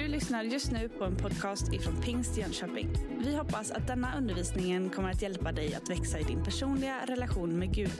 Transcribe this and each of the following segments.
lyssnar just nu på en podcast ifrån Pingst Jönköping. Vi hoppas att denna undervisningen kommer att hjälpa dig att växa i din personliga relation med Gud.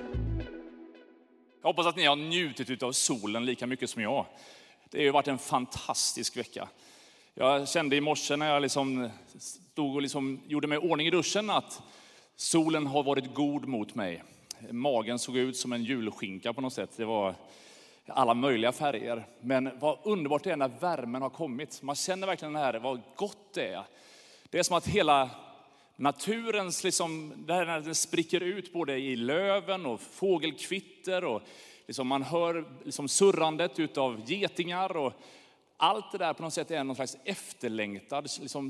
Jag hoppas att ni har njutit av solen lika mycket som jag. Det har ju varit en fantastisk vecka. Jag kände i morse när jag stod och gjorde mig i ordning i duschen att solen har varit god mot mig. Magen såg ut som en julskinka på något sätt. Det var alla möjliga färger. Men vad underbart det är när värmen har kommit. Man känner verkligen det här, vad gott det är. Det är som att hela naturens, där när den spricker ut både i löven och fågelkvitter. Och man hör surrandet utav getingar. Och allt det där på något sätt är någon slags efterlängtad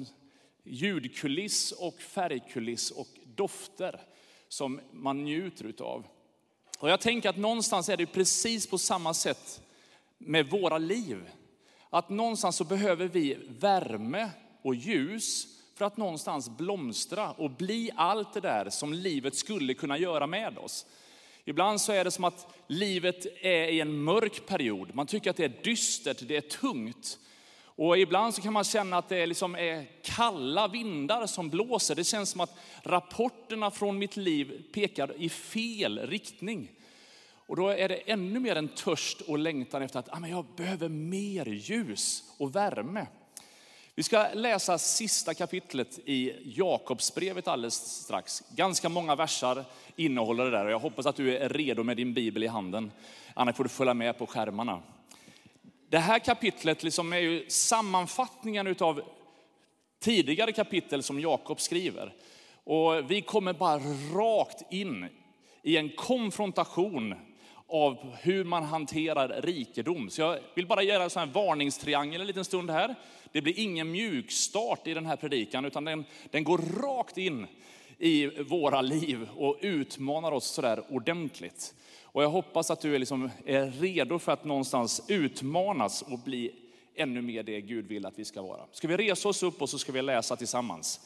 ljudkuliss och färgkuliss och dofter som man njuter utav. Och jag tänker att någonstans är det precis på samma sätt med våra liv. Att någonstans så behöver vi värme och ljus för att någonstans blomstra och bli allt det där som livet skulle kunna göra med oss. Ibland så är det som att livet är i en mörk period. Man tycker att det är dystert, det är tungt. Och ibland så kan man känna att det är kalla vindar som blåser. Det känns som att rapporterna från mitt liv pekar i fel riktning. Och då är det ännu mer en törst och längtan efter att jag behöver mer ljus och värme. Vi ska läsa sista kapitlet i Jakobsbrevet alldeles strax. Ganska många versar innehåller det där. Och jag hoppas att du är redo med din bibel i handen. Annars får du följa med på skärmarna. Det här kapitlet är ju sammanfattningen utav tidigare kapitel som Jakob skriver. Och vi kommer bara rakt in i en konfrontation av hur man hanterar rikedom. Så jag vill bara göra en sån här varningstriangel en liten stund här. Det blir ingen mjukstart i den här predikan utan den går rakt in i våra liv och utmanar oss sådär ordentligt. Och jag hoppas att du är redo för att någonstans utmanas och bli ännu mer det Gud vill att vi ska vara. Ska vi resa oss upp och så ska vi läsa tillsammans.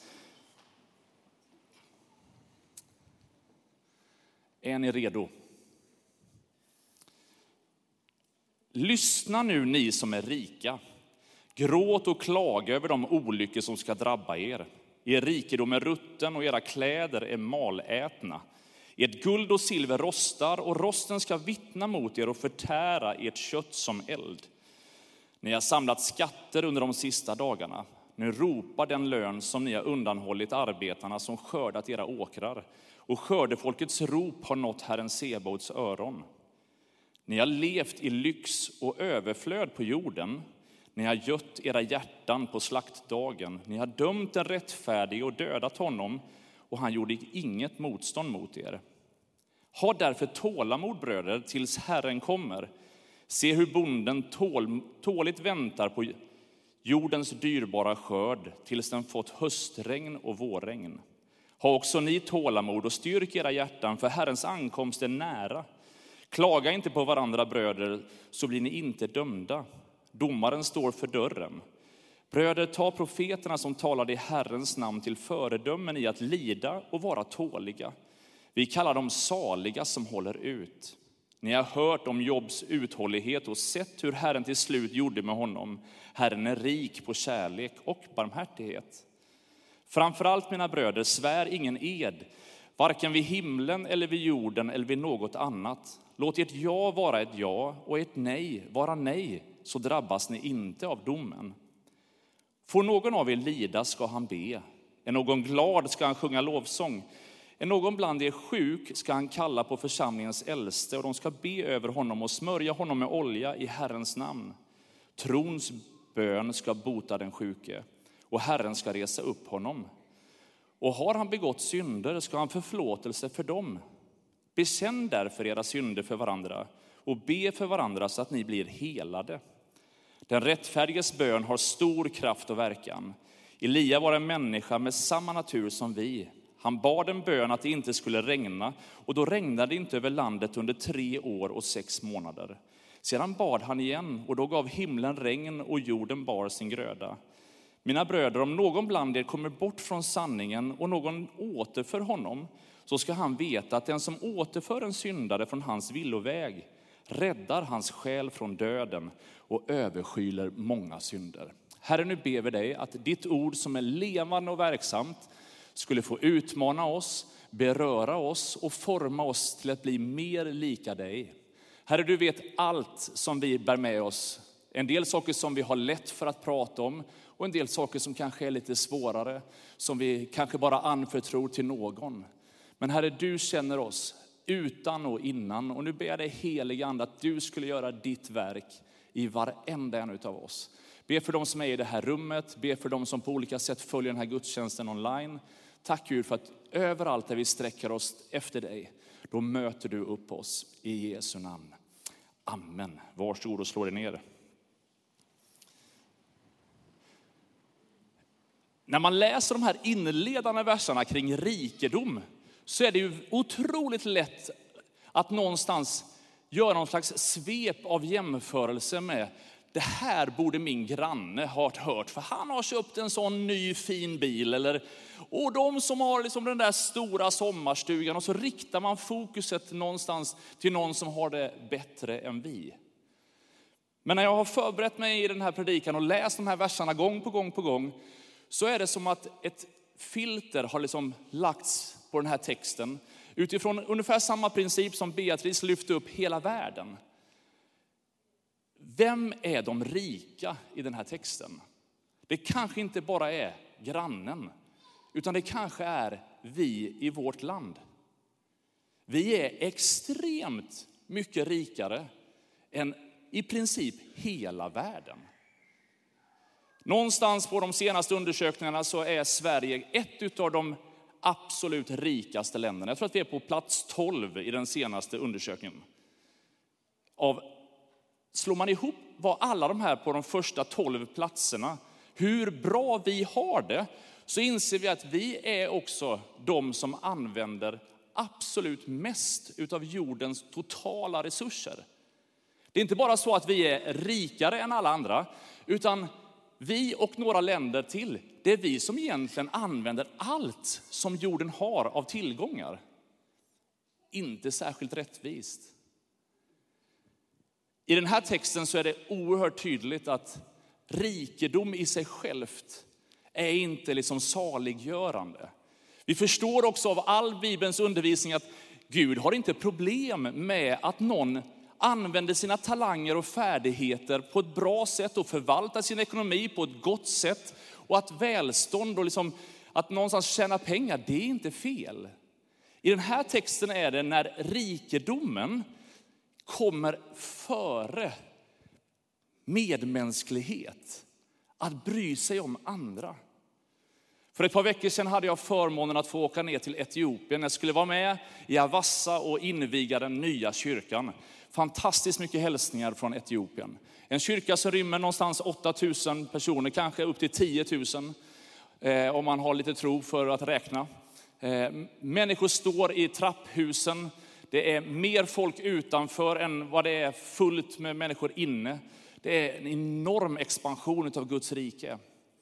Är ni redo? Lyssna nu ni som är rika. Gråt och klaga över de olyckor som ska drabba er. Er rikedom är rutten och era kläder är malätna. Ert guld och silver rostar och rosten ska vittna mot er och förtära ert kött som eld. Ni har samlat skatter under de sista dagarna. Nu ropar den lön som ni har undanhållit arbetarna som skördat era åkrar. Och skördefolkets rop har nått Herren Sebaots öron. Ni har levt i lyx och överflöd på jorden. Ni har gött era hjärtan på slaktdagen. Ni har dömt den rättfärdige och dödat honom. Och han gjorde inget motstånd mot er. Ha därför tålamod, bröder, tills Herren kommer. Se hur bonden tåligt väntar på jordens dyrbara skörd tills den fått höstregn och vårregn. Ha också ni tålamod och styrk era hjärtan, för Herrens ankomst är nära. Klaga inte på varandra, bröder, så blir ni inte dömda. Domaren står för dörren. Bröder, ta profeterna som talade i Herrens namn till föredömen i att lida och vara tåliga. Vi kallar dem saliga som håller ut. Ni har hört om Jobs uthållighet och sett hur Herren till slut gjorde med honom. Herren är rik på kärlek och barmhärtighet. Framförallt, mina bröder, svär ingen ed, varken vid himlen eller vid jorden eller vid något annat. Låt ert ja vara ett ja och ert nej vara nej, så drabbas ni inte av domen. Får någon av er lida ska han be. Är någon glad ska han sjunga lovsång. Är någon bland er sjuk ska han kalla på församlingens äldste och de ska be över honom och smörja honom med olja i Herrens namn. Trons bön ska bota den sjuke och Herren ska resa upp honom. Och har han begått synder ska han förlåtelse för dem. Bekänn därför era synder för varandra och be för varandra så att ni blir helade. Den rättfärdiges bön har stor kraft och verkan. Elia var en människa med samma natur som vi. Han bad en bön att det inte skulle regna, och då regnade det inte över landet under 3 år och 6 månader. Sedan bad han igen, och då gav himlen regn och jorden bar sin gröda. Mina bröder, om någon bland er kommer bort från sanningen och någon återför honom, så ska han veta att den som återför en syndare från hans villoväg räddar hans själ från döden och överskyler många synder. Herre, nu ber vi dig att ditt ord som är levande och verksamt skulle få utmana oss, beröra oss och forma oss till att bli mer lika dig. Herre, du vet allt som vi bär med oss. En del saker som vi har lätt för att prata om och en del saker som kanske är lite svårare, som vi kanske bara anförtror till någon. Men Herre, du känner oss utan och innan, och nu ber jag dig helige Ande att du skulle göra ditt verk i varenda en av oss. Be för de som är i det här rummet, be för de som på olika sätt följer den här gudstjänsten online. Tack Gud för att överallt där vi sträcker oss efter dig, då möter du upp oss i Jesu namn. Amen. Varsågod och slå dig ner. När man läser de här inledande verserna kring rikedom så är det ju otroligt lätt att någonstans göra någon slags svep av jämförelse med det här borde min granne ha hört, för han har köpt en sån ny fin bil. Eller, och de som har liksom den där stora sommarstugan, och så riktar man fokuset någonstans till någon som har det bättre än vi. Men när jag har förberett mig i den här predikan och läst de här verserna gång på gång, så är det som att ett filter har liksom lagts på den här texten utifrån ungefär samma princip som Beatrice lyfte upp hela världen. Vem är de rika i den här texten? Det kanske inte bara är grannen, utan det kanske är vi i vårt land. Vi är extremt mycket rikare än i princip hela världen. Någonstans på de senaste undersökningarna så är Sverige ett av de absolut rikaste länderna. Jag tror att vi är på plats 12 i den senaste undersökningen. Slår man ihop vad alla de här på de första 12 platserna, hur bra vi har det, så inser vi att vi är också de som använder absolut mest utav jordens totala resurser. Det är inte bara så att vi är rikare än alla andra, utan vi och några länder till, det är vi som egentligen använder allt som jorden har av tillgångar. Inte särskilt rättvist. I den här texten så är det oerhört tydligt att rikedom i sig självt är inte liksom saliggörande. Vi förstår också av all Bibelns undervisning att Gud har inte problem med att någon använder sina talanger och färdigheter på ett bra sätt och förvaltar sin ekonomi på ett gott sätt. Och att välstånd och liksom att någonstans tjäna pengar, det är inte fel. I den här texten är det när rikedomen kommer före medmänsklighet, att bry sig om andra. För ett par veckor sedan hade jag förmånen att få åka ner till Etiopien. Jag skulle vara med i Avassa och inviga den nya kyrkan. Fantastiskt mycket hälsningar från Etiopien. En kyrka som rymmer någonstans 8000 personer, kanske upp till 10 000 om man har lite tro för att räkna. Människor står i trapphusen. Det är mer folk utanför än vad det är fullt med människor inne. Det är en enorm expansion av Guds rike.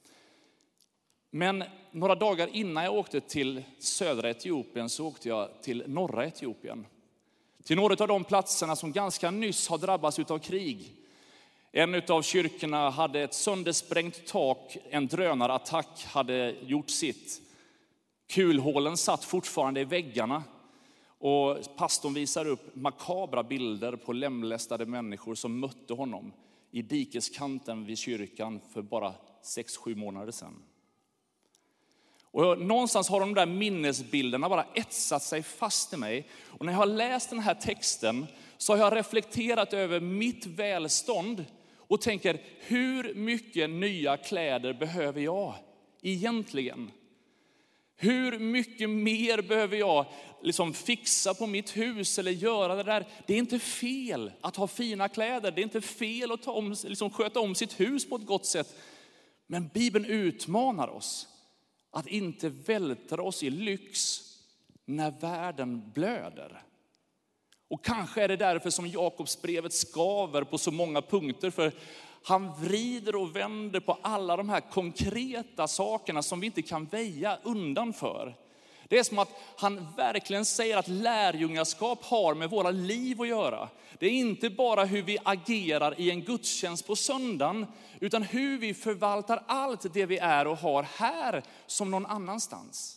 Men några dagar innan jag åkte till södra Etiopien så åkte jag till norra Etiopien. Till några av de platserna som ganska nyss har drabbats av krig. En av kyrkorna hade ett söndersprängt tak, en drönarattack hade gjort sitt. Kulhålen satt fortfarande i väggarna. Och pastorn visar upp makabra bilder på lemlästade människor som mötte honom i dikeskanten vid kyrkan för bara 6-7 månader sedan. Och någonstans har de där minnesbilderna bara etsat sig fast i mig. Och när jag har läst den här texten så har jag reflekterat över mitt välstånd och tänker, hur mycket nya kläder behöver jag egentligen? Hur mycket mer behöver jag liksom fixa på mitt hus eller göra det där? Det är inte fel att ha fina kläder. Det är inte fel att sköta om sitt hus på ett gott sätt. Men Bibeln utmanar oss att inte vältra oss i lyx när världen blöder. Och kanske är det därför som Jakobsbrevet skaver på så många punkter. För han vrider och vänder på alla de här konkreta sakerna som vi inte kan väja undan för. Det är som att han verkligen säger att lärjungaskap har med våra liv att göra. Det är inte bara hur vi agerar i en gudstjänst på söndagen, utan hur vi förvaltar allt det vi är och har här som någon annanstans.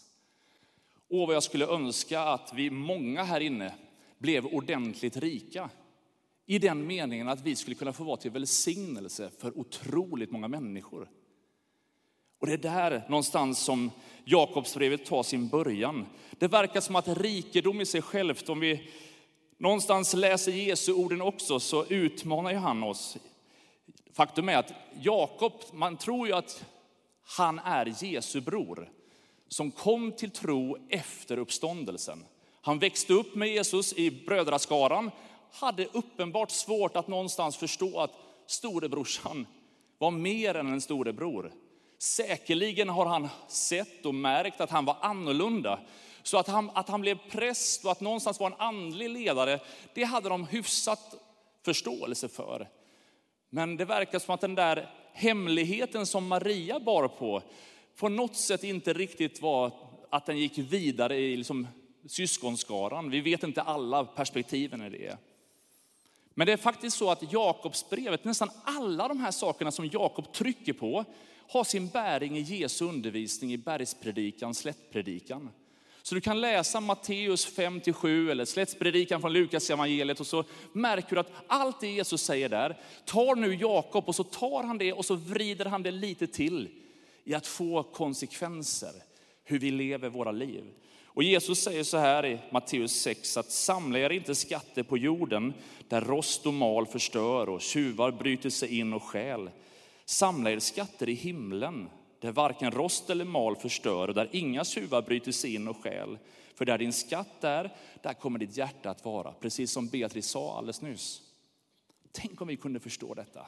Och vad jag skulle önska att vi många här inne blev ordentligt rika. I den meningen att vi skulle kunna få vara till välsignelse för otroligt många människor. Och det är där någonstans som Jakobsbrevet tar sin början. Det verkar som att rikedom i sig självt, om vi någonstans läser Jesu orden också, så utmanar ju han oss. Faktum är att Jakob, man tror ju att han är Jesu bror som kom till tro efter uppståndelsen. Han växte upp med Jesus i brödraskaran, hade uppenbart svårt att någonstans förstå att storebrorsan var mer än en storebror. Säkerligen har han sett och märkt att han var annorlunda. Så att han blev präst och att någonstans var en andlig ledare, det hade de hyfsat förståelse för. Men det verkar som att den där hemligheten som Maria bar på något sätt inte riktigt var att den gick vidare i liksom syskonskaran. Vi vet inte alla perspektiven i det. Men det är faktiskt så att Jakobsbrevet, nästan alla de här sakerna som Jakob trycker på, har sin bäring i Jesu undervisning i bergspredikan, slättpredikan. Så du kan läsa Matteus 5-7 eller slättpredikan från Lukas evangeliet och så märker du att allt det Jesus säger där tar nu Jakob och så tar han det och så vrider han det lite till i att få konsekvenser hur vi lever våra liv. Och Jesus säger så här i Matteus 6 att samla er inte skatter på jorden där rost och mal förstör och tjuvar bryter sig in och stjäl. Samla er skatter i himlen där varken rost eller mal förstör och där inga tjuvar bryter sig in och stjäl. För där din skatt är, där kommer ditt hjärta att vara. Precis som Beatrice sa alldeles nyss. Tänk om vi kunde förstå detta.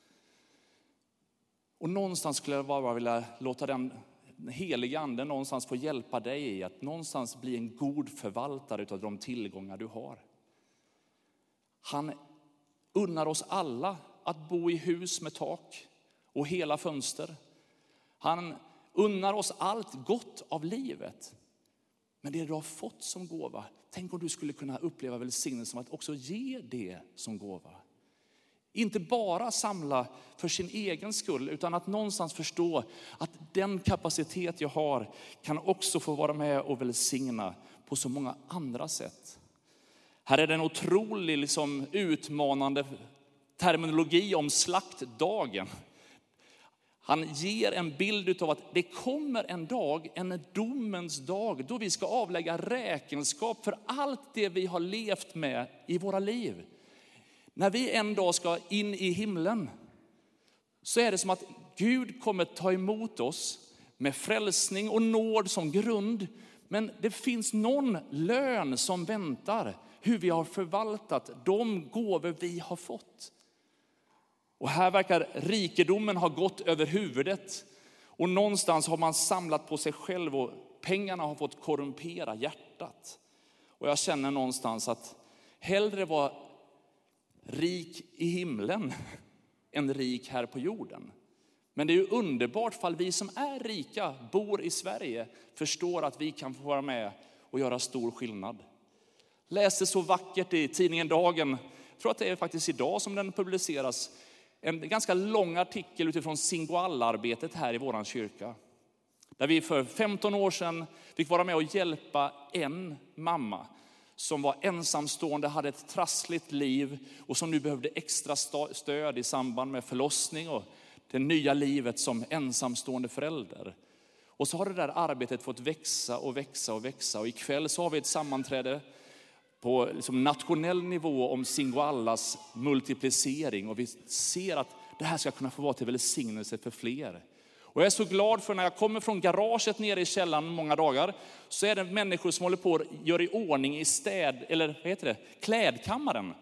Och någonstans skulle jag bara vilja låta den heliga anden någonstans få hjälpa dig i att någonstans bli en god förvaltare av de tillgångar du har. Han unnar oss alla att bo i hus med tak och hela fönster. Han unnar oss allt gott av livet. Men det du har fått som gåva, tänk om du skulle kunna uppleva välsignelsen att också ge det som gåva. Inte bara samla för sin egen skull, utan att någonstans förstå att den kapacitet jag har kan också få vara med och välsigna på så många andra sätt. Här är det en otrolig utmanande terminologi om slaktdagen. Han ger en bild av att det kommer en dag, en domens dag, då vi ska avlägga räkenskap för allt det vi har levt med i våra liv. När vi en dag ska in i himlen så är det som att Gud kommer ta emot oss med frälsning och nåd som grund. Men det finns någon lön som väntar hur vi har förvaltat de gåvor vi har fått. Och här verkar rikedomen ha gått över huvudet. Och någonstans har man samlat på sig själv och pengarna har fått korrumpera hjärtat. Och jag känner någonstans att hellre vara rik i himlen än rik här på jorden. Men det är ju underbart fall vi som är rika, bor i Sverige, förstår att vi kan få vara med och göra stor skillnad. Läste så vackert i tidningen Dagen, jag tror att det är faktiskt idag som den publiceras, en ganska lång artikel utifrån Singoalla-arbetet här i våran kyrka. Där vi för 15 år sedan fick vara med och hjälpa en mamma som var ensamstående, hade ett trassligt liv och som nu behövde extra stöd i samband med förlossning och det nya livet som ensamstående förälder. Och så har det där arbetet fått växa och växa och växa. Och ikväll så har vi ett sammanträde på nationell nivå om Singoallas multiplicering. Och vi ser att det här ska kunna få vara till välsignelse för fler. Och jag är så glad för när jag kommer från garaget nere i källaren många dagar, så är det människor som håller på och gör i ordning i klädkammaren.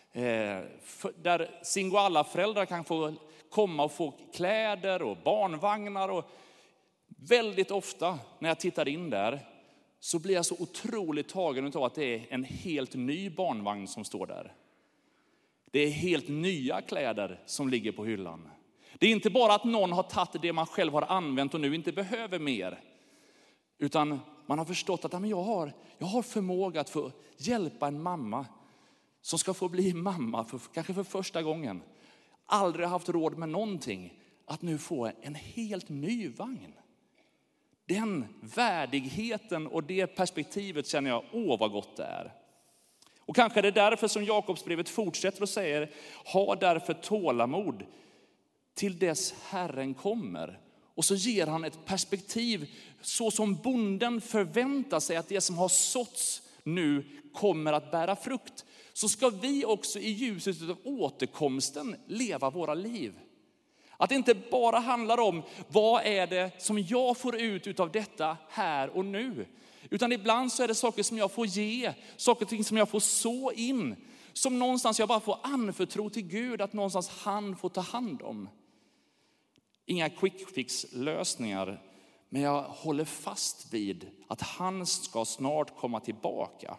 Där Singoalla-föräldrar kan få komma och få kläder och barnvagnar. Och väldigt ofta när jag tittar in där så blir jag så otroligt tagen av att det är en helt ny barnvagn som står där. Det är helt nya kläder som ligger på hyllan. Det är inte bara att någon har tagit det man själv har använt och nu inte behöver mer. Utan man har förstått att jag har förmåga att få hjälpa en mamma som ska få bli mamma kanske för första gången. Aldrig haft råd med någonting. Att nu få en helt ny vagn. Den värdigheten och det perspektivet känner jag, vad gott det är. Och kanske är det därför som Jakobsbrevet fortsätter och säger, ha därför tålamod till dess Herren kommer. Och så ger han ett perspektiv så som bonden förväntar sig att det som har såtts nu kommer att bära frukt. Så ska vi också i ljuset av återkomsten leva våra liv. Att det inte bara handlar om vad är det som jag får ut av detta här och nu. Utan ibland så är det saker som jag får ge, saker och ting som jag får så in. Som någonstans jag bara får anförtro till Gud att någonstans han får ta hand om. Inga quick fix lösningar, men jag håller fast vid att han ska snart komma tillbaka.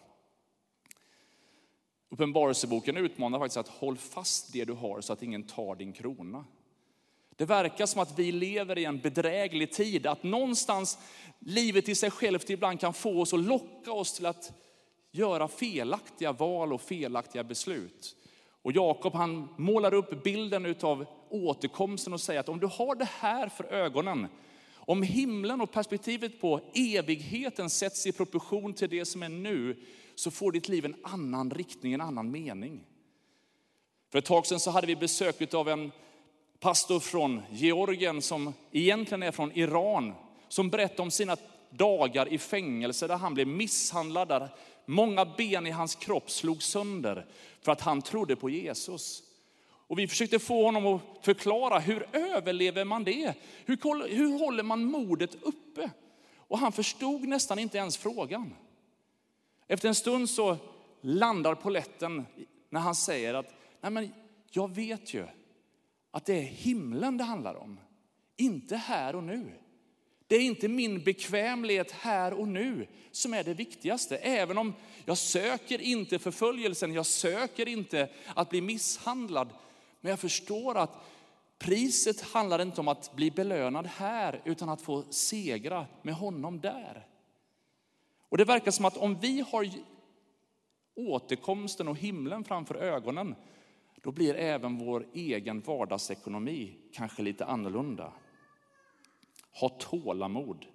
Uppenbarelseboken utmanar faktiskt att håll fast det du har så att ingen tar din krona. Det verkar som att vi lever i en bedräglig tid. Att någonstans livet i sig självt ibland kan få oss och locka oss till att göra felaktiga val och felaktiga beslut. Och Jakob han målar upp bilden av återkomsten och säger att om du har det här för ögonen. Om himlen och perspektivet på evigheten sätts i proportion till det som är nu. Så får ditt liv en annan riktning, en annan mening. För ett tag sedan så hade vi besök av en pastor från Georgien som egentligen är från Iran. Som berättade om sina dagar i fängelse där han blev misshandlad. Där många ben i hans kropp slog sönder för att han trodde på Jesus. Och vi försökte få honom att förklara hur överlever man det? Hur håller man modet uppe? Och han förstod nästan inte ens frågan. Efter en stund så landar polletten när han säger att nej men jag vet ju att det är himlen det handlar om. Inte här och nu. Det är inte min bekvämlighet här och nu som är det viktigaste. Även om jag söker inte förföljelsen, jag söker inte att bli misshandlad. Men jag förstår att priset handlar inte om att bli belönad här utan att få segra med honom där. Och det verkar som att om vi har återkomsten och himlen framför ögonen, då blir även vår egen vardagsekonomi kanske lite annorlunda. Ha tålamod.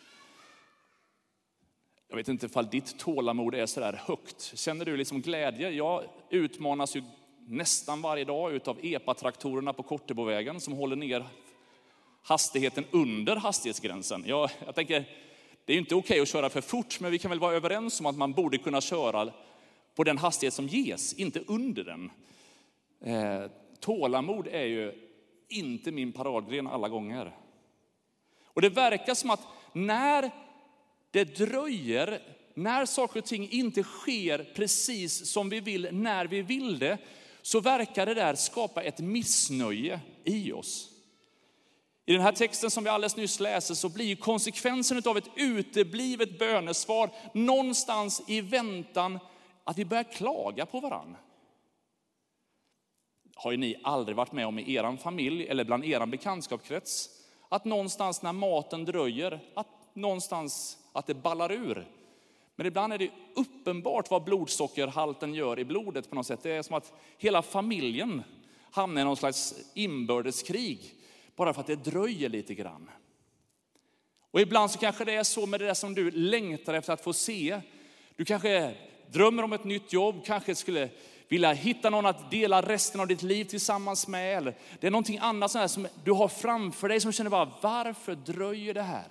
Jag vet inte ifall ditt tålamod är så där högt. Känner du liksom glädje? Jag utmanas ju nästan varje dag av EPA-traktorerna på Kortebovägen som håller ner hastigheten under hastighetsgränsen. Jag tänker, det är inte okej att köra för fort, men vi kan väl vara överens om att man borde kunna köra på den hastighet som ges, inte under den. Tålamod är ju inte min paradgren alla gånger. Och det verkar som att när det dröjer, när saker och ting inte sker precis som vi vill, när vi vill det, så verkar det där skapa ett missnöje i oss. I den här texten som vi alldeles nyss läser så blir konsekvensen av ett uteblivet bönesvar någonstans i väntan att vi börjar klaga på varann. Har ju ni aldrig varit med om i er familj eller bland er bekantskapskrets att någonstans när maten dröjer, att det ballar ur. Men ibland är det uppenbart vad blodsockerhalten gör i blodet på något sätt. Det är som att hela familjen hamnar i någon slags inbördeskrig bara för att det dröjer lite grann. Och ibland så kanske det är så med det där som du längtar efter att få se. Du kanske drömmer om ett nytt jobb, kanske skulle vilja hitta någon att dela resten av ditt liv tillsammans med. Eller det är någonting annat sånt här som du har framför dig som känner bara, varför dröjer det här?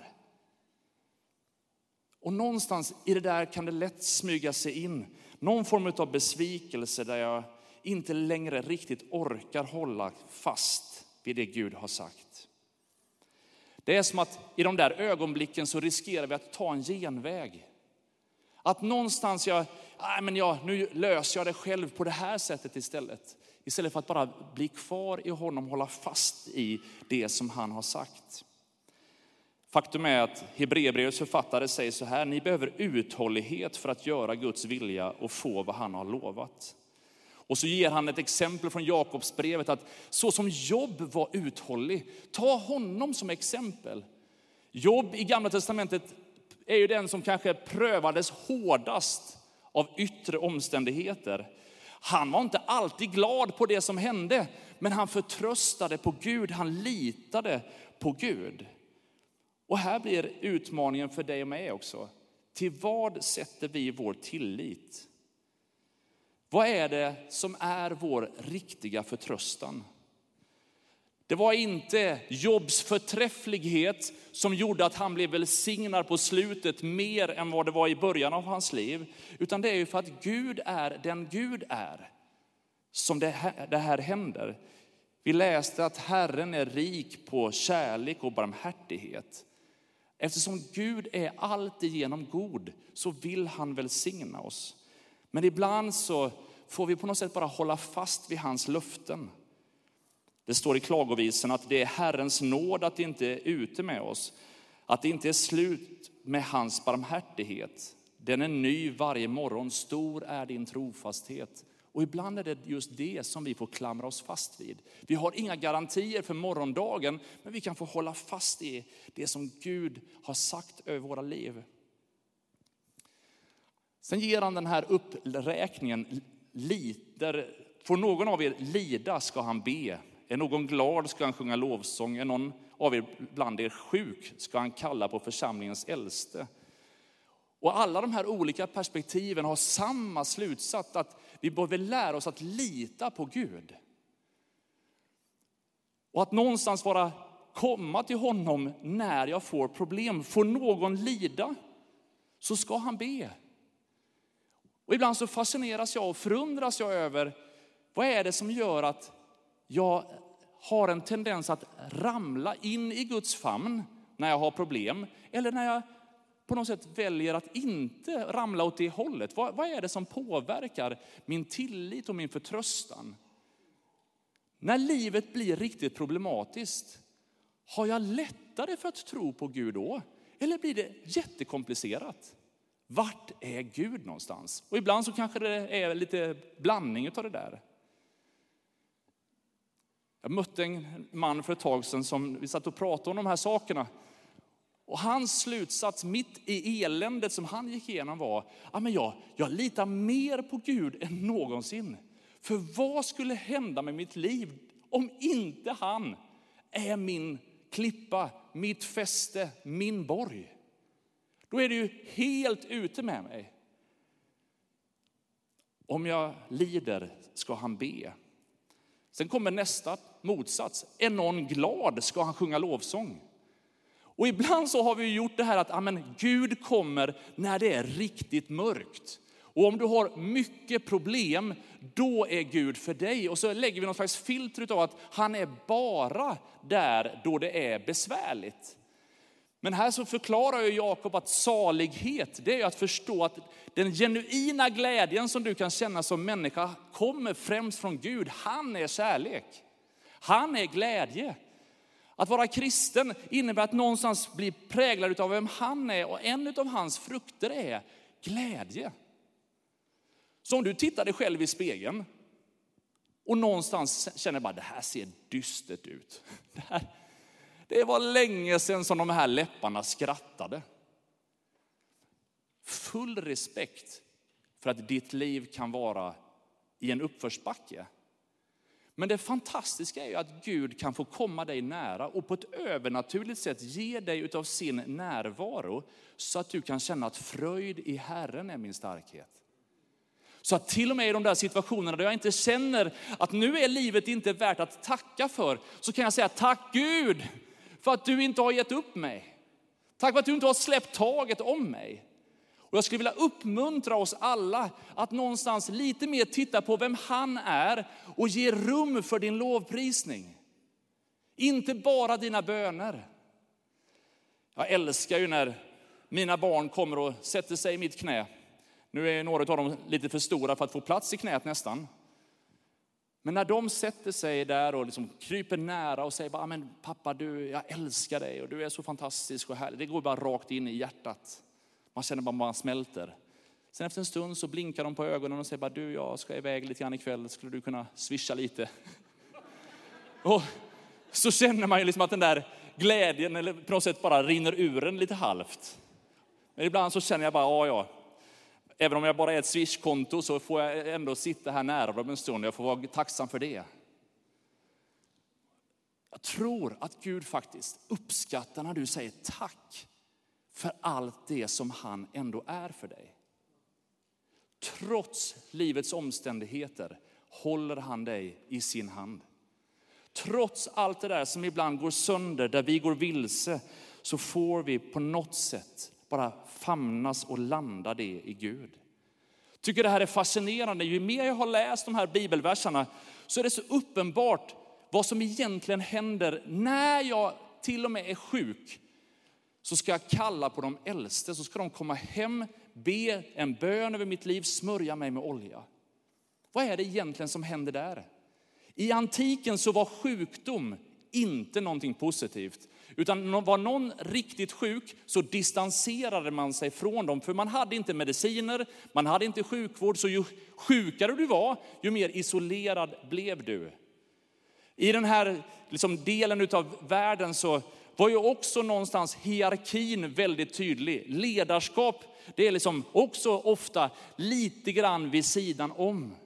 Och någonstans i det där kan det lätt smyga sig in någon form av besvikelse där jag inte längre riktigt orkar hålla fast vid det Gud har sagt. Det är som att i de där ögonblicken så riskerar vi att ta en genväg. Att någonstans nu löser jag det själv på det här sättet istället. Istället för att bara bli kvar i honom, hålla fast i det som han har sagt. Faktum är att Hebreerbrevets författare säger så här: ni behöver uthållighet för att göra Guds vilja och få vad han har lovat. Och så ger han ett exempel från Jakobsbrevet att så som Job var uthållig, ta honom som exempel. Job i Gamla testamentet är ju den som kanske prövades hårdast av yttre omständigheter. Han var inte alltid glad på det som hände, men han förtröstade på Gud, han litade på Gud. Och här blir utmaningen för dig och mig också. Till vad sätter vi vår tillit? Vad är det som är vår riktiga förtröstan? Det var inte Jobs förträfflighet som gjorde att han blev välsignad på slutet mer än vad det var i början av hans liv. Utan det är ju för att Gud är den Gud är som det här händer. Vi läste att Herren är rik på kärlek och barmhärtighet. Eftersom Gud är alltigenom god så vill han välsigna oss. Men ibland så får vi på något sätt bara hålla fast vid hans löften. Det står i klagovisan att det är Herrens nåd att det inte är ute med oss. Att det inte är slut med hans barmhärtighet. Den är ny varje morgon, stor är din trofasthet. Och ibland är det just det som vi får klamra oss fast vid. Vi har inga garantier för morgondagen, men vi kan få hålla fast i det som Gud har sagt över våra liv. Sen ger han den här uppräkningen. Får någon av er lida ska han be. Är någon glad ska han sjunga lovsång. Är någon av er bland er sjuk ska han kalla på församlingens äldste. Och alla de här olika perspektiven har samma slutsats, att vi behöver lära oss att lita på Gud. Och att någonstans komma till honom när jag får problem. Får någon lida så ska han be. Och ibland så fascineras jag och förundras jag över vad är det som gör att jag har en tendens att ramla in i Guds famn när jag har problem. Eller när jag på något sätt väljer att inte ramla åt det hållet. Vad är det som påverkar min tillit och min förtröstan? När livet blir riktigt problematiskt, har jag lättare för att tro på Gud då? Eller blir det jättekomplicerat? Vart är Gud någonstans? Och ibland så kanske det är lite blandning av det där. Jag mötte en man för ett tag sedan som vi satt och pratade om de här sakerna. Och hans slutsats mitt i eländet som han gick igenom var: jag litar mer på Gud än någonsin. För vad skulle hända med mitt liv om inte han är min klippa, mitt fäste, min borg? Då är det ju helt ute med mig. Om jag lider ska han be. Sen kommer nästa motsats. Är någon glad ska han sjunga lovsång. Och ibland så har vi gjort det här att Gud kommer när det är riktigt mörkt. Och om du har mycket problem, då är Gud för dig. Och så lägger vi någon slags filter av att han är bara där då det är besvärligt. Men här så förklarar ju Jakob att salighet, det är att förstå att den genuina glädjen som du kan känna som människa kommer främst från Gud. Han är kärlek. Han är glädje. Att vara kristen innebär att någonstans bli präglad av vem han är. Och en av hans frukter är glädje. Så om du tittar dig själv i spegeln och någonstans känner bara det här ser dystert ut. Det var länge sedan som de här läpparna skrattade. Full respekt för att ditt liv kan vara i en uppförsbacke. Men det fantastiska är ju att Gud kan få komma dig nära och på ett övernaturligt sätt ge dig utav sin närvaro så att du kan känna att fröjd i Herren är min starkhet. Så att till och med i de där situationerna där jag inte känner att nu är livet inte värt att tacka för, så kan jag säga tack Gud för att du inte har gett upp mig. Tack för att du inte har släppt taget om mig. Och jag skulle vilja uppmuntra oss alla att någonstans lite mer titta på vem han är och ge rum för din lovprisning. Inte bara dina böner. Jag älskar ju när mina barn kommer och sätter sig i mitt knä. Nu är några av dem lite för stora för att få plats i knät nästan. Men när de sätter sig där och liksom kryper nära och säger bara, men pappa, jag älskar dig och du är så fantastisk och härlig. Det går bara rakt in i hjärtat. Man känner bara man smälter. Sen efter en stund så blinkar de på ögonen och säger bara, jag ska iväg lite grann ikväll. Skulle du kunna swisha lite? Och så känner man ju liksom att den där glädjen eller på något sätt bara rinner ur en lite halvt. Men ibland så känner jag bara, ja. Även om jag bara är ett Swish-konto så får jag ändå sitta här nära dem en stund. Jag får vara tacksam för det. Jag tror att Gud faktiskt uppskattar när du säger tack för allt det som han ändå är för dig. Trots livets omständigheter håller han dig i sin hand. Trots allt det där som ibland går sönder, där vi går vilse, så får vi på något sätt bara famnas och landa det i Gud. Tycker det här är fascinerande. Ju mer jag har läst de här bibelverserna så är det så uppenbart vad som egentligen händer när jag till och med är sjuk. Så ska jag kalla på de äldste, så ska de komma hem, be en bön över mitt liv, smörja mig med olja. Vad är det egentligen som händer där? I antiken så var sjukdom inte någonting positivt. Utan var någon riktigt sjuk så distanserade man sig från dem. För man hade inte mediciner, man hade inte sjukvård. Så ju sjukare du var, ju mer isolerad blev du. I den här delen av världen så var ju också någonstans hierarkin väldigt tydlig. Ledarskap, det är också ofta lite grann vid sidan om.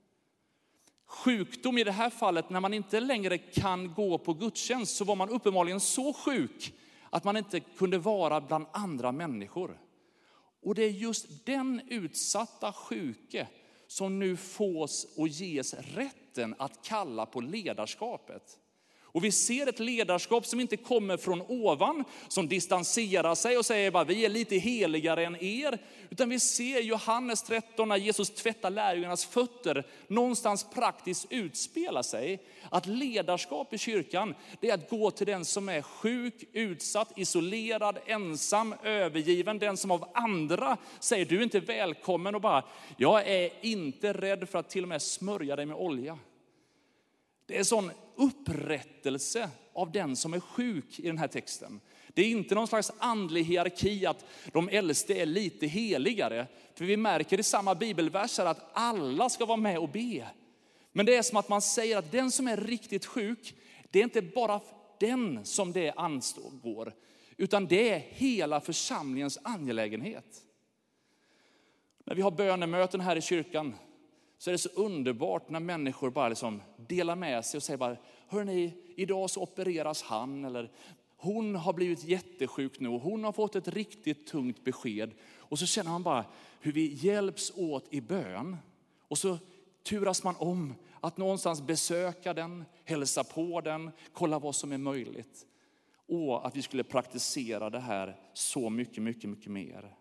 Sjukdom i det här fallet, när man inte längre kan gå på gudstjänst, så var man uppenbarligen så sjuk att man inte kunde vara bland andra människor. Och det är just den utsatta sjuke som nu fås och ges rätten att kalla på ledarskapet. Och vi ser ett ledarskap som inte kommer från ovan, som distanserar sig och säger bara vi är lite heligare än er. Utan vi ser Johannes 13 när Jesus tvättar lärjungarnas fötter någonstans praktiskt utspela sig. Att ledarskap i kyrkan, det är att gå till den som är sjuk, utsatt, isolerad, ensam, övergiven. Den som av andra säger du är inte välkommen och bara jag är inte rädd för att till och med smörja dig med olja. Det är sån upprättelse av den som är sjuk i den här texten. Det är inte någon slags andlig hierarki att de äldste är lite heligare. För vi märker i samma bibelverser att alla ska vara med och be. Men det är som att man säger att den som är riktigt sjuk, det är inte bara den som det angår. Utan det är hela församlingens angelägenhet. När vi har bönemöten här i kyrkan så är det så underbart när människor bara delar med sig och säger bara, hörrni, idag så opereras han eller hon har blivit jättesjuk nu och hon har fått ett riktigt tungt besked. Och så känner man bara hur vi hjälps åt i bön. Och så turas man om att någonstans besöka den, hälsa på den, kolla vad som är möjligt. Och att vi skulle praktisera det här så mycket, mycket, mycket mer.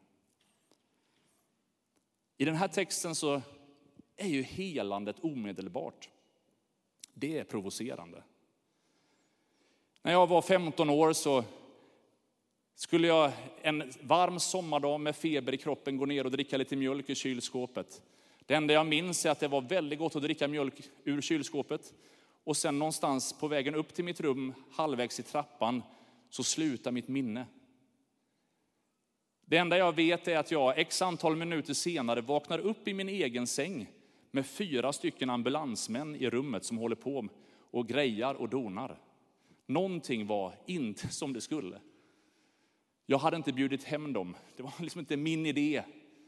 I den här texten så är ju helandet omedelbart. Det är provocerande. När jag var 15 år så skulle jag en varm sommardag med feber i kroppen gå ner och dricka lite mjölk i kylskåpet. Det enda jag minns är att det var väldigt gott att dricka mjölk ur kylskåpet. Och sen någonstans på vägen upp till mitt rum, halvvägs i trappan, så slutar mitt minne. Det enda jag vet är att jag x antal minuter senare vaknar upp i min egen säng med 4 stycken ambulansmän i rummet som håller på och grejar och donar. Någonting var inte som det skulle. Jag hade inte bjudit hem dem. Det var inte min idé.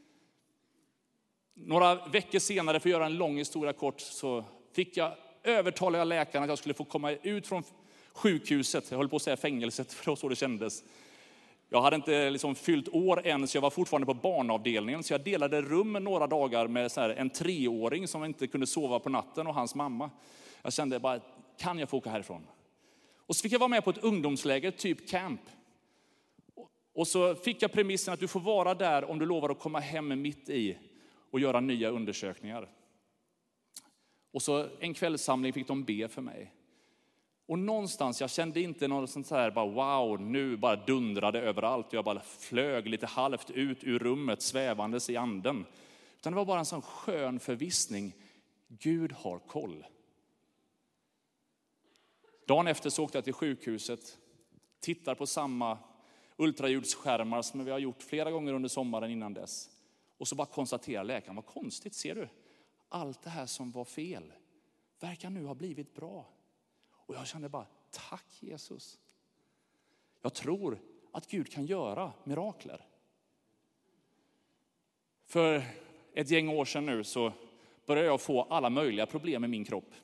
Några veckor senare, för att göra en lång historia kort, så fick jag övertala läkaren att jag skulle få komma ut från sjukhuset. Jag höll på att säga fängelset, för det var så det kändes. Jag hade inte fyllt år än, så jag var fortfarande på barnavdelningen. Så jag delade rum några dagar med en 3-åring som inte kunde sova på natten och hans mamma. Jag kände bara, kan jag få åka härifrån? Och så fick jag vara med på ett ungdomsläger, typ camp. Och så fick jag premissen att du får vara där om du lovar att komma hem mitt i och göra nya undersökningar. Och så en kvällssamling fick de be för mig. Och någonstans, jag kände inte något sånt här, bara wow, nu bara dundrade överallt. Jag bara flög lite halvt ut ur rummet, svävandes i anden. Utan det var bara en sån skön förvissning. Gud har koll. Dagen efter så åkte jag till sjukhuset. Tittar på samma ultraljudsskärmar som vi har gjort flera gånger under sommaren innan dess. Och så bara konstaterar läkaren, vad konstigt, ser du? Allt det här som var fel verkar nu ha blivit bra. Och jag kände bara, tack Jesus. Jag tror att Gud kan göra mirakler. För ett gäng år sedan nu så började jag få alla möjliga problem med min kropp.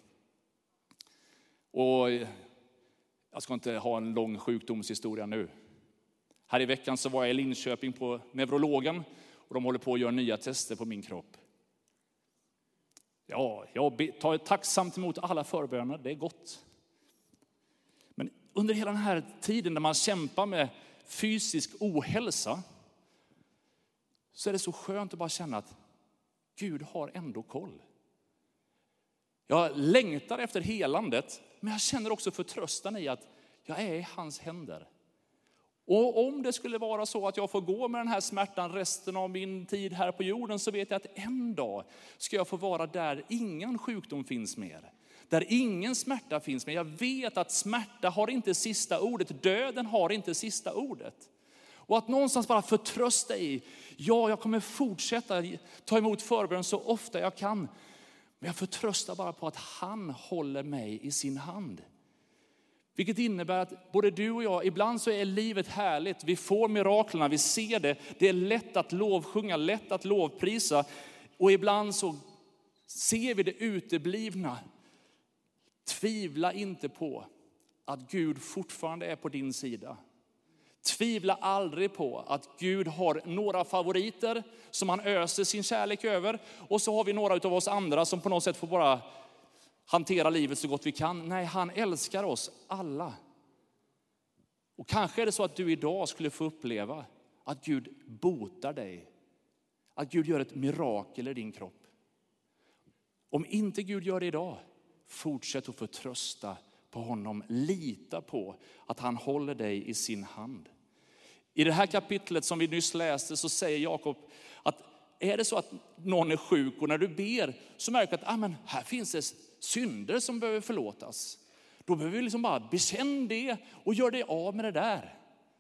Och jag ska inte ha en lång sjukdomshistoria nu. Här i veckan så var jag i Linköping på neurologen och de håller på att göra nya tester på min kropp. Ja, jag tar tacksamt emot alla förböner, det är gott. Men under hela den här tiden när man kämpar med fysisk ohälsa så är det så skönt att bara känna att Gud har ändå koll. Jag längtar efter helandet, men jag känner också förtröstan i att jag är i hans händer. Och om det skulle vara så att jag får gå med den här smärtan resten av min tid här på jorden, så vet jag att en dag ska jag få vara där ingen sjukdom finns mer. Där ingen smärta finns mer. Jag vet att smärta har inte sista ordet. Döden har inte sista ordet. Och att någonstans bara förtrösta i, ja, jag kommer fortsätta ta emot förbön så ofta jag kan. Men jag förtröstar bara på att han håller mig i sin hand. Vilket innebär att både du och jag, ibland så är livet härligt. Vi får miraklerna, vi ser det. Det är lätt att lovsjunga, lätt att lovprisa. Och ibland så ser vi det uteblivna. Tvivla inte på att Gud fortfarande är på din sida. Tvivla aldrig på att Gud har några favoriter som han öser sin kärlek över. Och så har vi några av oss andra som på något sätt får bara hantera livet så gott vi kan. Nej, han älskar oss alla. Och kanske är det så att du idag skulle få uppleva att Gud botar dig. Att Gud gör ett mirakel i din kropp. Om inte Gud gör det idag, fortsätt att förtrösta på honom. Lita på att han håller dig i sin hand. I det här kapitlet som vi nyss läste så säger Jakob att är det så att någon är sjuk och när du ber så märker du att här finns det synder som behöver förlåtas. Då behöver vi liksom bara bekänna det och gör det av med det där.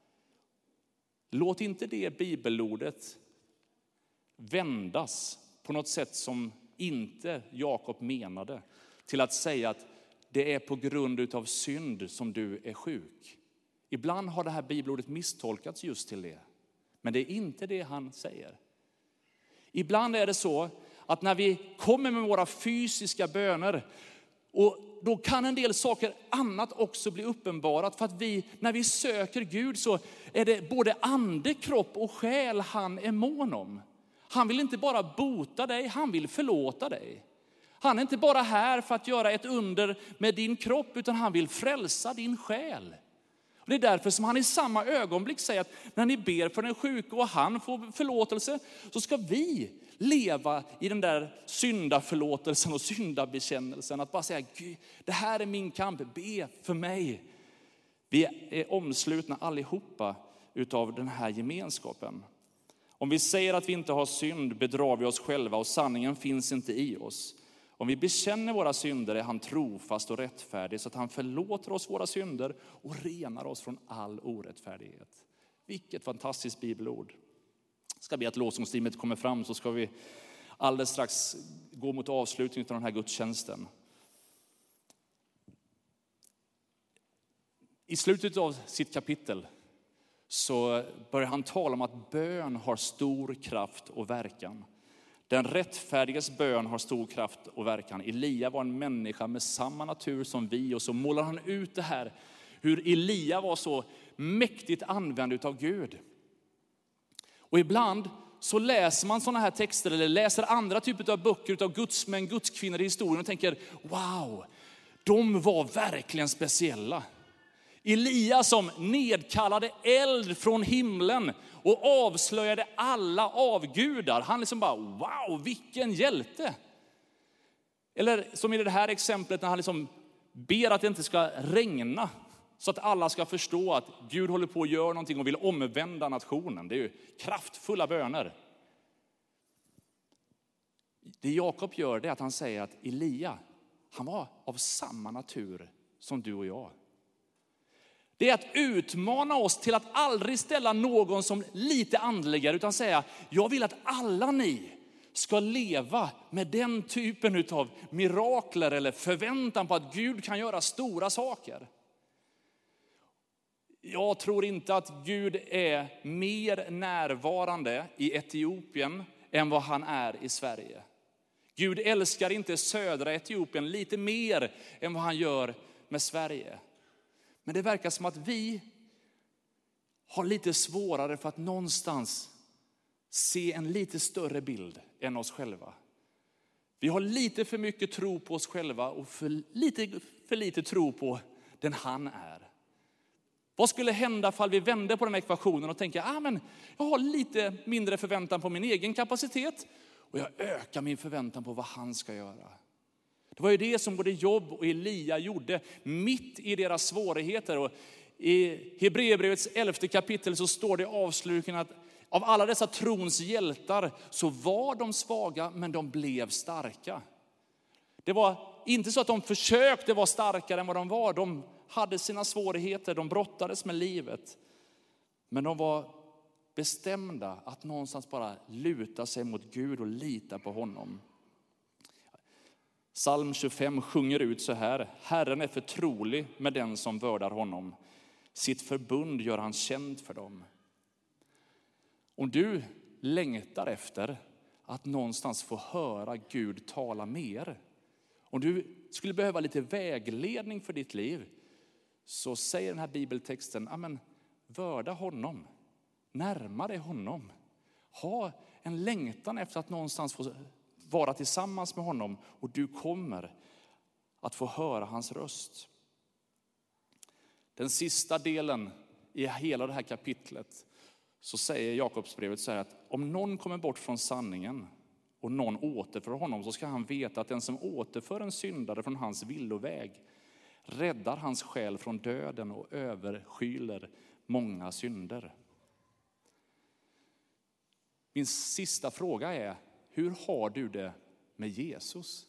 Låt inte det bibelordet vändas på något sätt som inte Jakob menade till att säga att det är på grund av synd som du är sjuk. Ibland har det här bibelordet misstolkats just till det. Men det är inte det han säger. Ibland är det så att när vi kommer med våra fysiska böner, och då kan en del saker annat också bli uppenbarat. För att när vi söker Gud så är det både ande, kropp och själ han är mån om. Han vill inte bara bota dig, han vill förlåta dig. Han är inte bara här för att göra ett under med din kropp, utan han vill frälsa din själ. Och det är därför som han i samma ögonblick säger att när ni ber för den sjuka och han får förlåtelse, så ska vi leva i den där syndaförlåtelsen och syndabekännelsen. Att bara säga, Gud, det här är min kamp, be för mig. Vi är omslutna allihopa utav den här gemenskapen. Om vi säger att vi inte har synd bedrar vi oss själva och sanningen finns inte i oss. Om vi bekänner våra synder är han trofast och rättfärdig så att han förlåter oss våra synder och renar oss från all orättfärdighet. Vilket fantastiskt bibelord. Ska be att lovsångsteamet kommer fram, så ska vi alldeles strax gå mot avslutningen av den här gudstjänsten. I slutet av sitt kapitel så börjar han tala om att bön har stor kraft och verkan. Den rättfärdiges bön har stor kraft och verkan. Elia var en människa med samma natur som vi. Och så målar han ut det här. Hur Elia var så mäktigt använd utav Gud. Och ibland så läser man sådana här texter. Eller läser andra typer av böcker utav gudsmän, gudskvinnor i historien. Och tänker, wow, de var verkligen speciella. Elia som nedkallade eld från himlen och avslöjade alla avgudar. Han liksom bara, wow, vilken hjälte. Eller som i det här exemplet när han liksom ber att det inte ska regna. Så att alla ska förstå att Gud håller på att göra någonting och vill omvända nationen. Det är ju kraftfulla böner. Det Jakob gör det är att han säger att Elia, han var av samma natur som du och jag. Det är att utmana oss till att aldrig ställa någon som lite andligare, utan säga, jag vill att alla ni ska leva med den typen av mirakler eller förväntan på att Gud kan göra stora saker. Jag tror inte att Gud är mer närvarande i Etiopien än vad han är i Sverige. Gud älskar inte södra Etiopien lite mer än vad han gör med Sverige. Men det verkar som att vi har lite svårare för att någonstans se en lite större bild än oss själva. Vi har lite för mycket tro på oss själva och för lite tro på den han är. Vad skulle hända om vi vände på den ekvationen och tänker, men jag har lite mindre förväntan på min egen kapacitet och jag ökar min förväntan på vad han ska göra. Det var ju det som både Job och Elia gjorde mitt i deras svårigheter. Och i Hebreerbrevets 11:e kapitel så står det i avslutningen att av alla dessa trons hjältar så var de svaga, men de blev starka. Det var inte så att de försökte vara starkare än vad de var. De hade sina svårigheter, de brottades med livet. Men de var bestämda att någonstans bara luta sig mot Gud och lita på honom. Psalm 25 sjunger ut så här: Herren är förtrolig med den som vördar honom. Sitt förbund gör han känt för dem. Om du längtar efter att någonstans få höra Gud tala mer, om du skulle behöva lite vägledning för ditt liv, så säger den här bibeltexten, vörda honom, närma dig honom. Ha en längtan efter att någonstans få vara tillsammans med honom, och du kommer att få höra hans röst. Den sista delen i hela det här kapitlet så säger Jakobsbrevet så här att om någon kommer bort från sanningen och någon återför honom, så ska han veta att den som återför en syndare från hans villoväg räddar hans själ från döden och överskyler många synder. Min sista fråga är: hur har du det med Jesus?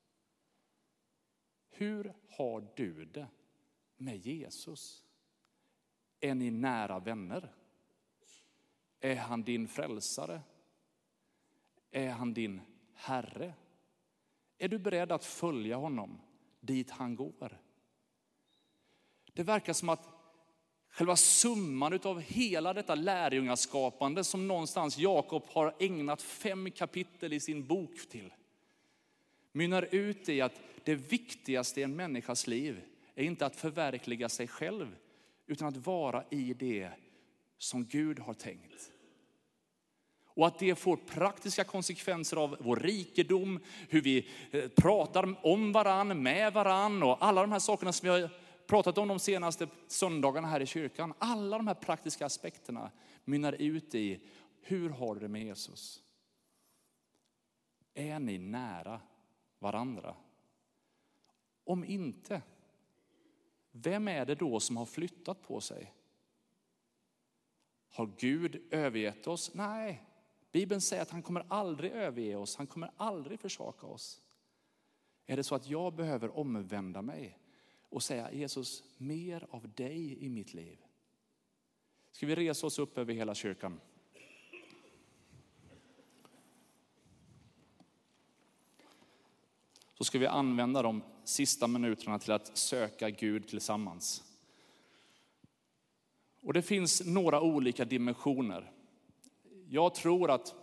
Hur har du det med Jesus? Är ni nära vänner? Är han din frälsare? Är han din Herre? Är du beredd att följa honom dit han går? Det verkar som att själva summan av hela detta lärjungaskapande som någonstans Jakob har ägnat 5 kapitel i sin bok till, mynnar ut i att det viktigaste i en människas liv är inte att förverkliga sig själv, utan att vara i det som Gud har tänkt. Och att det får praktiska konsekvenser av vår rikedom, hur vi pratar om varann, med varann och alla de här sakerna som vi har pratat om de senaste söndagarna här i kyrkan. Alla de här praktiska aspekterna mynnar ut i: hur har du det med Jesus? Är ni nära varandra? Om inte, vem är det då som har flyttat på sig? Har Gud övergett oss? Nej, Bibeln säger att han kommer aldrig överge oss. Han kommer aldrig försaka oss. Är det så att jag behöver omvända mig och säga: Jesus, mer av dig i mitt liv? Ska vi resa oss upp över hela kyrkan? Så ska vi använda de sista minuterna till att söka Gud tillsammans. Och det finns några olika dimensioner. Jag tror att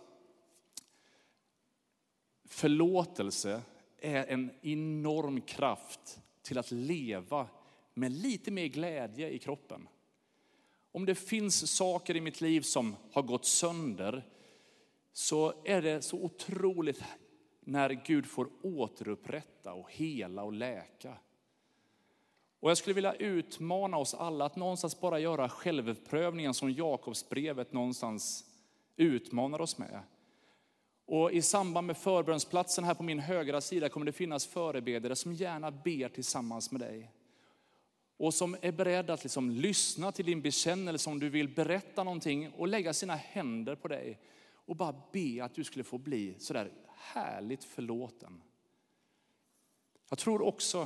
förlåtelse är en enorm kraft till att leva med lite mer glädje i kroppen. Om det finns saker i mitt liv som har gått sönder, så är det så otroligt när Gud får återupprätta och hela och läka. Och jag skulle vilja utmana oss alla att någonstans bara göra självprövningen som Jakobsbrevet någonstans utmanar oss med. Och i samband med förbönsplatsen här på min högra sida kommer det finnas förebedjare som gärna ber tillsammans med dig. Och som är beredda att lyssna till din bekännelse om du vill berätta någonting, och lägga sina händer på dig och bara be att du skulle få bli så där härligt förlåten. Jag tror också,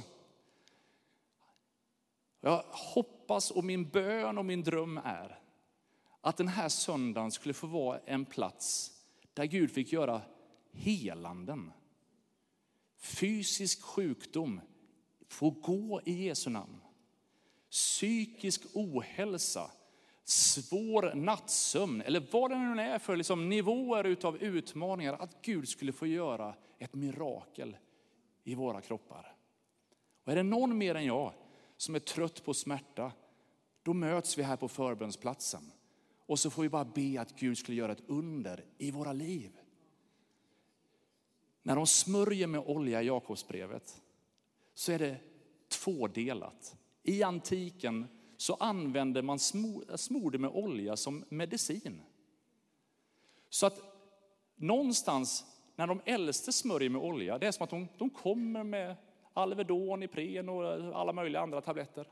jag hoppas och min bön och min dröm är att den här söndagen skulle få vara en plats där Gud fick göra helanden. Fysisk sjukdom får gå i Jesu namn. Psykisk ohälsa svår nattsömn eller vad det nu är för liksom nivåer utav utmaningar, att Gud skulle få göra ett mirakel i våra kroppar. Och är det någon mer än jag som är trött på smärta, då möts vi här på förbönsplatsen. Och så får vi bara be att Gud skulle göra ett under i våra liv. När de smörjer med olja i Jakobsbrevet så är det tvådelat. I antiken så använde man smorde med olja som medicin. Så att någonstans när de äldste smörjer med olja, det är som att de kommer med Alvedon, Ipren och alla möjliga andra tabletter.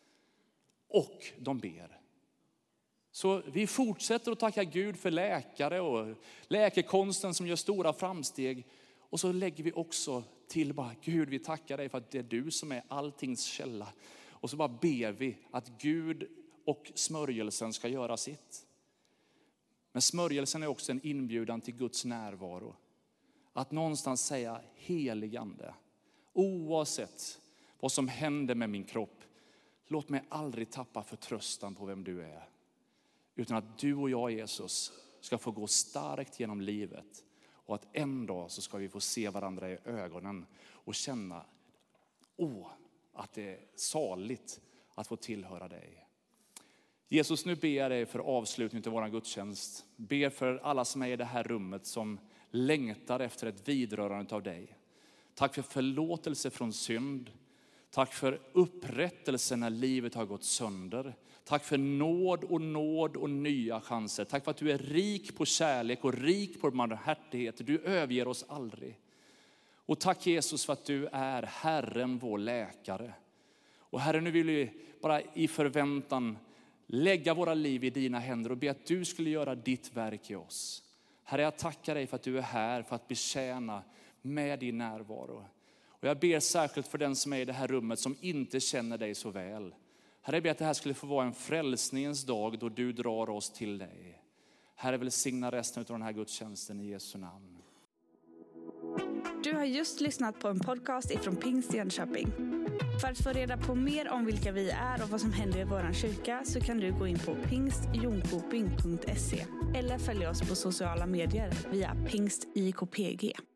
Och de ber. Så vi fortsätter att tacka Gud för läkare och läkekonsten som gör stora framsteg. Och så lägger vi också till bara, Gud, vi tackar dig för att det är du som är alltings källa. Och så bara ber vi att Gud och smörjelsen ska göra sitt. Men smörjelsen är också en inbjudan till Guds närvaro. Att någonstans säga, helig ande, oavsett vad som händer med min kropp, låt mig aldrig tappa förtröstan på vem du är. Utan att du och jag, Jesus, ska få gå starkt genom livet. Och att en dag så ska vi få se varandra i ögonen och känna, att det är saligt att få tillhöra dig. Jesus, nu ber jag dig för avslutning till vår gudstjänst. Ber för alla som är i det här rummet som längtar efter ett vidrörande av dig. Tack för förlåtelse från synd. Tack för upprättelse när livet har gått sönder. Tack för nåd och nya chanser. Tack för att du är rik på kärlek och rik på barmhärtighet. Du överger oss aldrig. Och tack Jesus för att du är Herren, vår läkare. Och Herre, nu vill vi bara i förväntan lägga våra liv i dina händer och be att du skulle göra ditt verk i oss. Herre, jag tackar dig för att du är här för att betjäna med din närvaro. Och jag ber särskilt för den som är i det här rummet som inte känner dig så väl. Herre, jag ber att det här skulle få vara en frälsningens dag då du drar oss till dig. Herre, välsigna resten av den här gudstjänsten i Jesu namn. Du har just lyssnat på en podcast ifrån Pingst Jönköping. För att få reda på mer om vilka vi är och vad som händer i vår kyrka så kan du gå in på pingstjonkoping.se eller följa oss på sociala medier via pingstjkpg.